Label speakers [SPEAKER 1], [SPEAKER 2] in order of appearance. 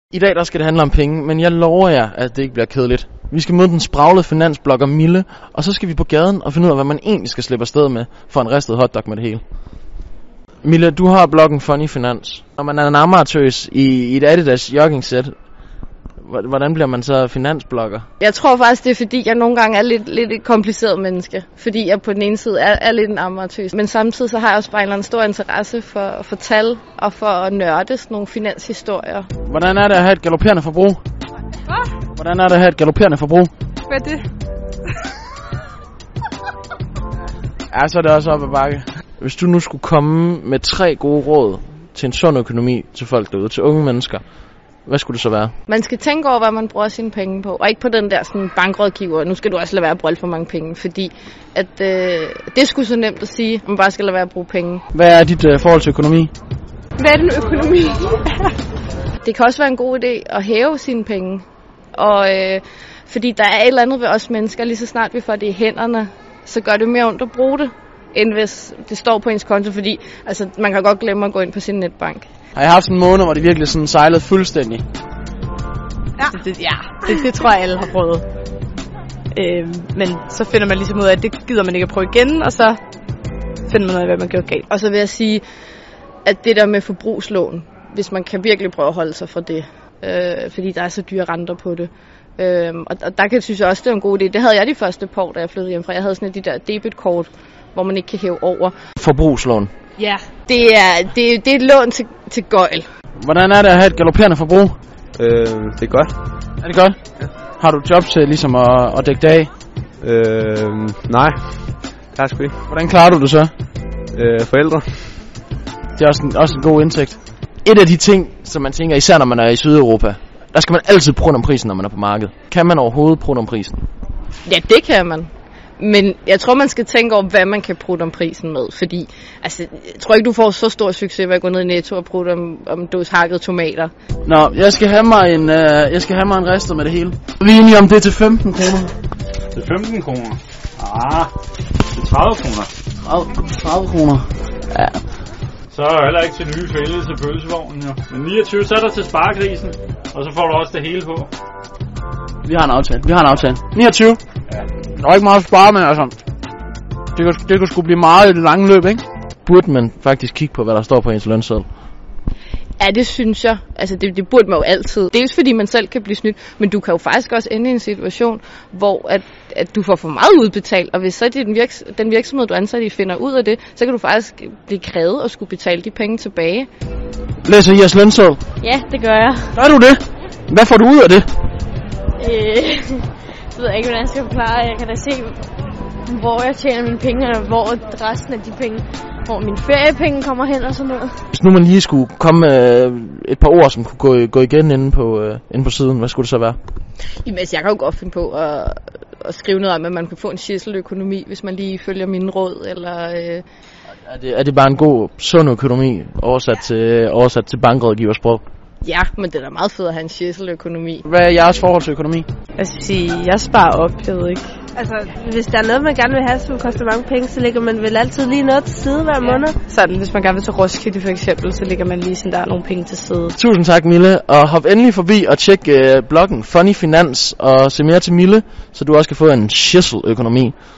[SPEAKER 1] I dag der skal det handle om penge, men jeg lover jer, at det ikke bliver kedeligt. Vi skal møde den spraglede finansblogger Mille, og så skal vi på gaden og finde ud af, hvad man egentlig skal slippe afsted med for en ristet hotdog med det hele. Mille, du har bloggen Funny Finans. Når man er en amatøs i et Adidas joggingsæt, hvordan bliver man så finansblogger?
[SPEAKER 2] Jeg tror faktisk, det er fordi, jeg nogle gange er lidt et kompliceret menneske. Fordi jeg på den ene side er lidt en amatøs. Men samtidig så har jeg også bare en stor interesse for tal og for at nørde sådan nogle finanshistorier.
[SPEAKER 1] Hvordan er det at have et galopperende forbrug?
[SPEAKER 3] Hvad?
[SPEAKER 1] Hvordan er det at have et galopperende forbrug?
[SPEAKER 3] Hvad er det?
[SPEAKER 1] Ja, så er det også op ad bakke. Hvis du nu skulle komme med 3 gode råd til en sund økonomi til folk derude, til unge mennesker, hvad skulle det så være?
[SPEAKER 2] Man skal tænke over, hvad man bruger sine penge på, og ikke på den der sådan bankrådgiver. Nu skal du også lade være at bruge for mange penge, fordi at, det er sgu så nemt at sige, at man bare skal lade være at bruge penge.
[SPEAKER 1] Hvad er dit forhold til økonomi?
[SPEAKER 3] Hvad er den økonomi?
[SPEAKER 2] Det kan også være en god idé at hæve sine penge, og fordi der er et eller andet ved os mennesker, lige så snart vi får det i hænderne, så gør det mere ondt at bruge det, end hvis det står på ens konto, fordi altså, man kan godt glemme at gå ind på sin netbank.
[SPEAKER 1] Har I haft sådan en måned, hvor det virkelig sådan sejlede fuldstændig?
[SPEAKER 4] Det tror jeg alle har prøvet. Men så finder man ligesom ud af, at det gider man ikke at prøve igen, og så finder man ud af, hvad man gjorde galt.
[SPEAKER 2] Og så vil jeg sige, at det der med forbrugslån, hvis man kan virkelig prøve at holde sig fra det, fordi der er så dyre renter på det. Og der synes jeg også, det er en god idé. Det havde jeg de første par år, da jeg flyttede hjemmefra. Jeg havde sådan et de der debitkort, hvor man ikke kan hæve over.
[SPEAKER 1] Forbrugslån?
[SPEAKER 2] Ja, det er et lån til gøjl.
[SPEAKER 1] Hvordan er det at have et galopperende forbrug?
[SPEAKER 5] Det er godt.
[SPEAKER 1] Er det godt? Ja. Har du job til ligesom at dække det af?
[SPEAKER 5] Nej. Det er sgu ikke.
[SPEAKER 1] Hvordan klarer du det så?
[SPEAKER 5] Forældre.
[SPEAKER 1] Det er også en god indtægt. Et af de ting, som man tænker, især når man er i Sydeuropa, der skal man altid prøve om prisen, når man er på markedet. Kan man overhovedet prøve om prisen?
[SPEAKER 2] Ja, det kan man. Men jeg tror, man skal tænke over, hvad man kan prutte om prisen med. Fordi, altså, jeg tror ikke, du får så stor succes ved at gå ned i Netto og prutte om dåse hakkede tomater.
[SPEAKER 1] Nå, jeg skal have mig en ristet med det hele. Vi er enige om det til 15 kroner.
[SPEAKER 6] Til 15 kroner? Til 30 kroner.
[SPEAKER 1] 30 kroner? Ja.
[SPEAKER 6] Så er der heller ikke til nye fælde til pølsevognen, jo. Men 29, så er der til sparegrisen, og så får du også det hele på.
[SPEAKER 1] Vi har en aftale. 29?
[SPEAKER 6] Ja.
[SPEAKER 1] Der er ikke meget at spare med, altså. Det kunne sgu blive meget i det lange løb, ikke? Burde man faktisk kigge på, hvad der står på ens lønseddel?
[SPEAKER 2] Ja, det synes jeg. Altså, det burde man jo altid. Dels fordi man selv kan blive snydt, men du kan jo faktisk også ende i en situation, hvor at du får for meget udbetalt, og hvis så den virksomhed, du ansat i, finder ud af det, så kan du faktisk blive krævet og skulle betale de penge tilbage.
[SPEAKER 1] Læser I jeres lønseddel?
[SPEAKER 7] Ja, det gør jeg.
[SPEAKER 1] Gør du det? Hvad får du ud af det?
[SPEAKER 7] Jeg ved ikke, hvordan jeg skal forklare. Jeg kan da se, hvor jeg tjener mine penge, og hvor resten af de penge, hvor mine feriepenge kommer hen og sådan noget.
[SPEAKER 1] Hvis nu man lige skulle komme med et par ord, som kunne gå igen inde på siden, hvad skulle det så være?
[SPEAKER 2] Jamen, jeg kan jo godt finde på at skrive noget om, at man kan få en schizzeløkonomi, hvis man lige følger mine råd, eller...
[SPEAKER 1] Er det bare en god, sund økonomi, oversat til bankrådgiversprog?
[SPEAKER 2] Ja, men det er da meget fedt at have en schizzeløkonomi.
[SPEAKER 1] Hvad er jeres forhold til økonomi?
[SPEAKER 4] Jeg skal sige, jeg sparer op, jeg ved ikke.
[SPEAKER 3] Altså, hvis der er noget, man gerne vil have, som koster mange penge, så lægger man vel altid lige noget til side hver måned.
[SPEAKER 4] Sådan, hvis man gerne vil til Roskilde for eksempel, så lægger man lige sådan der nogle penge til side.
[SPEAKER 1] Tusind tak, Mille, og hop endelig forbi og tjek bloggen Funny Finans og se mere til Mille, så du også kan få en schizzeløkonomi.